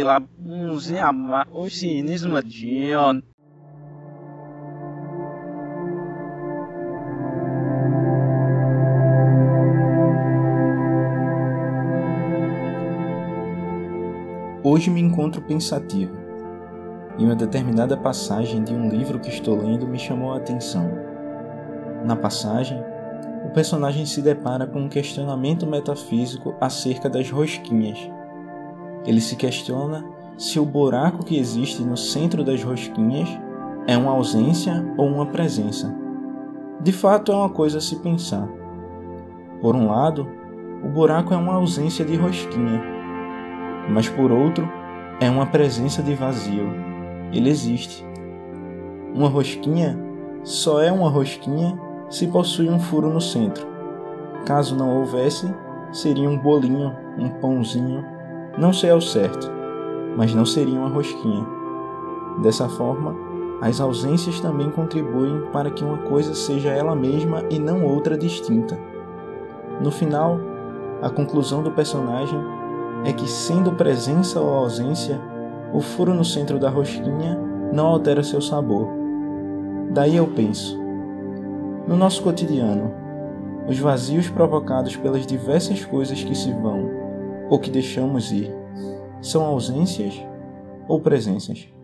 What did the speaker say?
la ama aussi nisma dion. Hoje me encontro pensativo, e uma determinada passagem de um livro que estou lendo me chamou a atenção. Na passagem, o personagem se depara com um questionamento metafísico acerca das rosquinhas. Ele se questiona se o buraco que existe no centro das rosquinhas é uma ausência ou uma presença. De fato, é uma coisa a se pensar. Por um lado, o buraco é uma ausência de rosquinha, mas por outro, é uma presença de vazio. Ele existe. Uma rosquinha só é uma rosquinha se possui um furo no centro. Caso não houvesse, seria um bolinho, um pãozinho, não sei ao certo, mas não seria uma rosquinha. Dessa forma, as ausências também contribuem para que uma coisa seja ela mesma e não outra distinta. No final, a conclusão do personagem é que, sendo presença ou ausência, o furo no centro da rosquinha não altera seu sabor. Daí eu penso, no nosso cotidiano, os vazios provocados pelas diversas coisas que se vão ou que deixamos ir, são ausências ou presenças?